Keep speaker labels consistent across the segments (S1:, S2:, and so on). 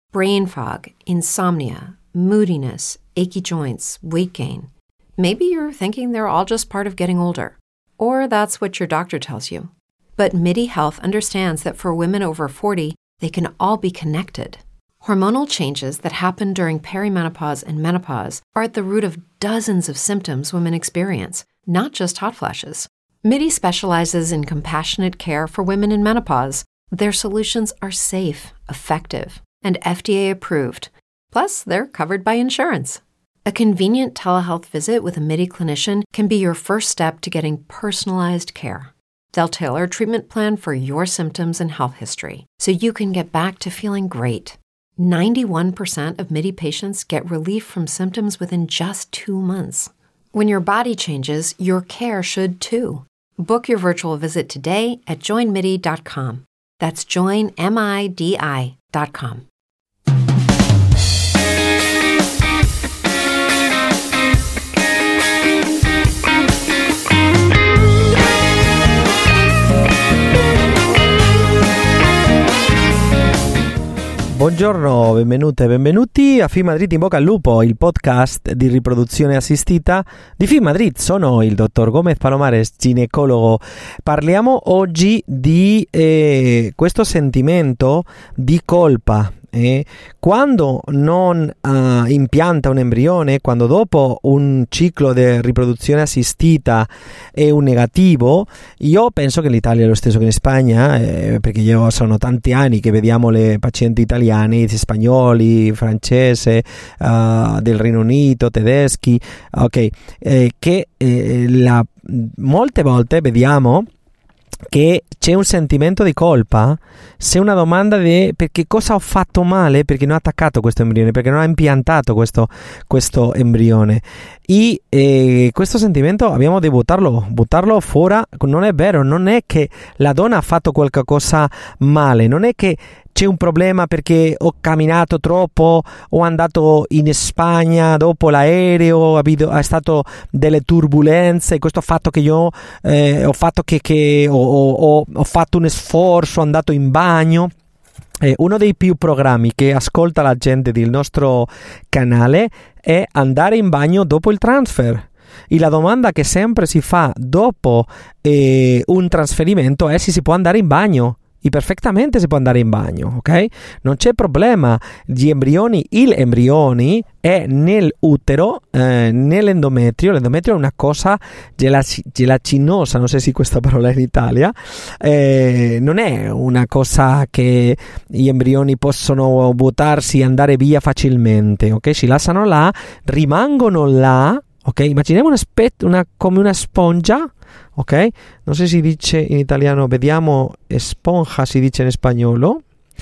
S1: brain fog, insomnia, moodiness, achy joints, weight gain. Maybe you're thinking they're all just part of getting older, or that's what your doctor tells you. But MIDI Health understands that for women over 40, they can all be connected. Hormonal changes that happen during perimenopause and menopause are at the root of dozens of symptoms women experience, not just hot flashes. MIDI specializes in compassionate care for women in menopause. Their solutions are safe, effective, and FDA approved. Plus, they're covered by insurance. A convenient telehealth visit with a MIDI clinician can be your first step to getting personalized care. They'll tailor a treatment plan for your symptoms and health history, so you can get back to feeling great. 91% of MIDI patients get relief from symptoms within just 2 months. When your body changes, your care should too. Book your virtual visit today at joinmidi.com. That's joinmidi.com.
S2: Buongiorno, benvenute e benvenuti a FIMadrid in bocca al lupo, il podcast di riproduzione assistita di FIMadrid. Sono il dottor Gomez Palomares, ginecologo. Parliamo oggi di questo sentimento di colpa. Quando non impianta un embrione, quando dopo un ciclo di riproduzione assistita è un negativo, io penso che in Italia è lo stesso che in Spagna, perché sono tanti anni che vediamo le pazienti italiani, spagnoli, francesi, del Regno Unito, tedeschi, che molte volte vediamo che c'è un sentimento di colpa, c'è una domanda di perché cosa ho fatto male, perché non ho attaccato questo embrione, perché non ho impiantato questo embrione, e questo sentimento abbiamo di buttarlo fuori. Non è vero, non è che la donna ha fatto qualcosa male, non è che c'è un problema perché ho camminato troppo, ho andato in Spagna dopo l'aereo, è stato delle turbulenze, questo fatto che io ho fatto ho fatto un sforzo, andato in bagno. Uno dei più programmi che ascolta la gente del nostro canale è andare in bagno dopo il transfer. E la domanda che sempre si fa dopo un trasferimento è se si può andare in bagno. E perfettamente si può andare in bagno, ok? Non c'è problema. Gli embrioni, il embrione è nell'utero, nell'endometrio. L'endometrio è una cosa gelatinosa, non so se questa parola è in Italia, non è una cosa che gli embrioni possono buttarsi e andare via facilmente, ok? Si lasciano là, rimangono là, ok? Immaginiamo come una spongia. Ok? Non so se si dice in italiano, vediamo, esponja si dice in spagnolo,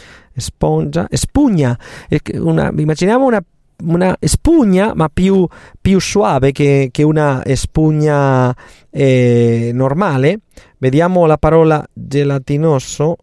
S2: spugna, immaginiamo una spugna ma più suave che una spugna normale. Vediamo la parola gelatinoso,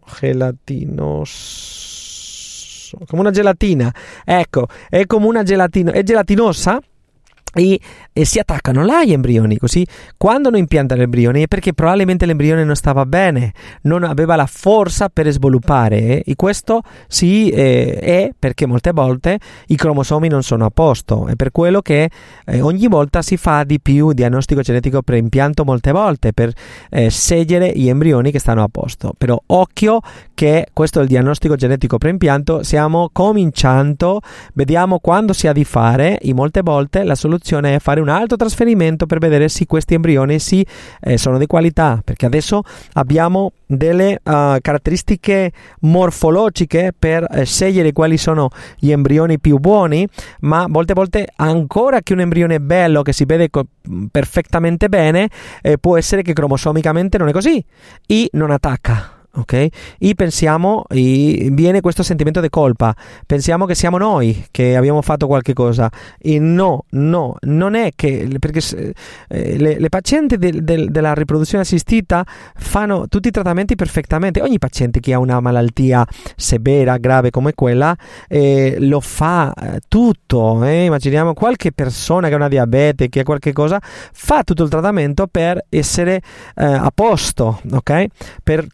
S2: come una gelatina, ecco, è come una gelatina, è gelatinosa. E si attaccano là gli embrioni, così quando non impiantano l'embrione è perché probabilmente l'embrione non stava bene, non aveva la forza per sviluppare, e questo è perché molte volte i cromosomi non sono a posto. È per quello che ogni volta si fa di più diagnostico genetico preimpianto, molte volte per scegliere gli embrioni che stanno a posto. Però occhio che questo è il diagnostico genetico preimpianto, stiamo cominciando, vediamo quando si ha di fare, e molte volte la soluzione è fare un altro trasferimento per vedere se questi embrioni sono di qualità, perché adesso abbiamo delle caratteristiche morfologiche per scegliere quali sono gli embrioni più buoni, ma molte volte ancora che un embrione bello che si vede perfettamente bene, può essere che cromosomicamente non è così e non attacca. Ok? E pensiamo, e viene questo sentimento di colpa, pensiamo che siamo noi che abbiamo fatto qualche cosa, e no, non è che, perché le pazienti della riproduzione assistita fanno tutti i trattamenti perfettamente. Ogni paziente che ha una malattia severa, grave come quella, lo fa tutto, immaginiamo qualche persona che ha una diabete, che ha qualche cosa, fa tutto il trattamento per essere a posto, ok? Per trovare questo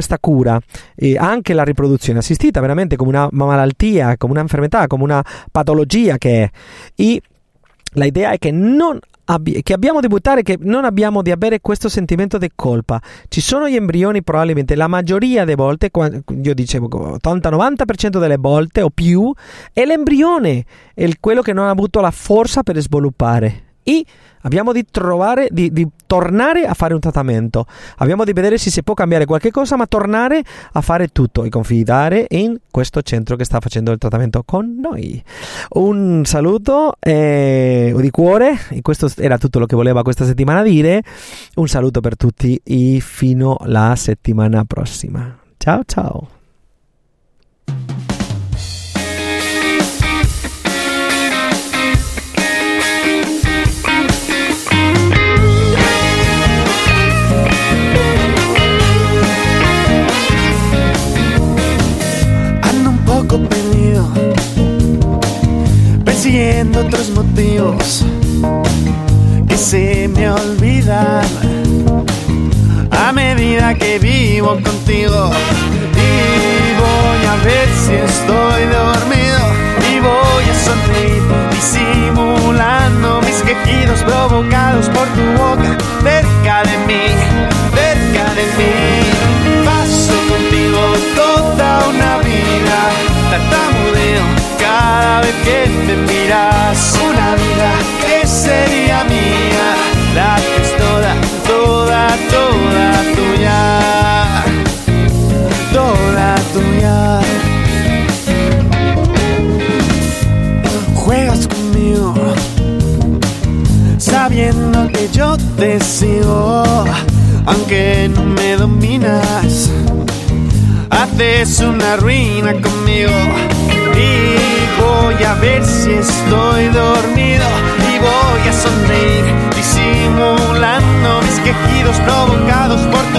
S2: questa cura, anche la riproduzione assistita, veramente come una malattia, come una infermità, come una patologia che è. E la idea è che che abbiamo di buttare, che non abbiamo di avere questo sentimento di colpa. Ci sono gli embrioni, probabilmente la maggioria delle volte, io dicevo 80-90% delle volte o più, è l'embrione è quello che non ha avuto la forza per sviluppare. E abbiamo di tornare a fare un trattamento, abbiamo di vedere se si può cambiare qualche cosa, ma tornare a fare tutto e confidare in questo centro che sta facendo il trattamento con noi. Un saluto di cuore, e questo era tutto lo che voleva questa settimana dire. Un saluto per tutti e fino alla settimana prossima. Ciao ciao.
S3: Perdido, persiguiendo otros motivos que se me olvidan a medida que vivo contigo. Y voy a ver si estoy dormido y voy a sonreír disimulando mis quejidos provocados por tu boca cerca de mí, cerca de mí. Paso contigo toda una vida, tartamudeo cada vez que me miras. Una vida que sería mía, la que es toda, toda, toda tuya, toda tuya. Juegas conmigo sabiendo que yo te sigo, aunque no me dominas. Haces una ruina conmigo y voy a ver si estoy dormido y voy a sonreír disimulando mis quejidos provocados por tu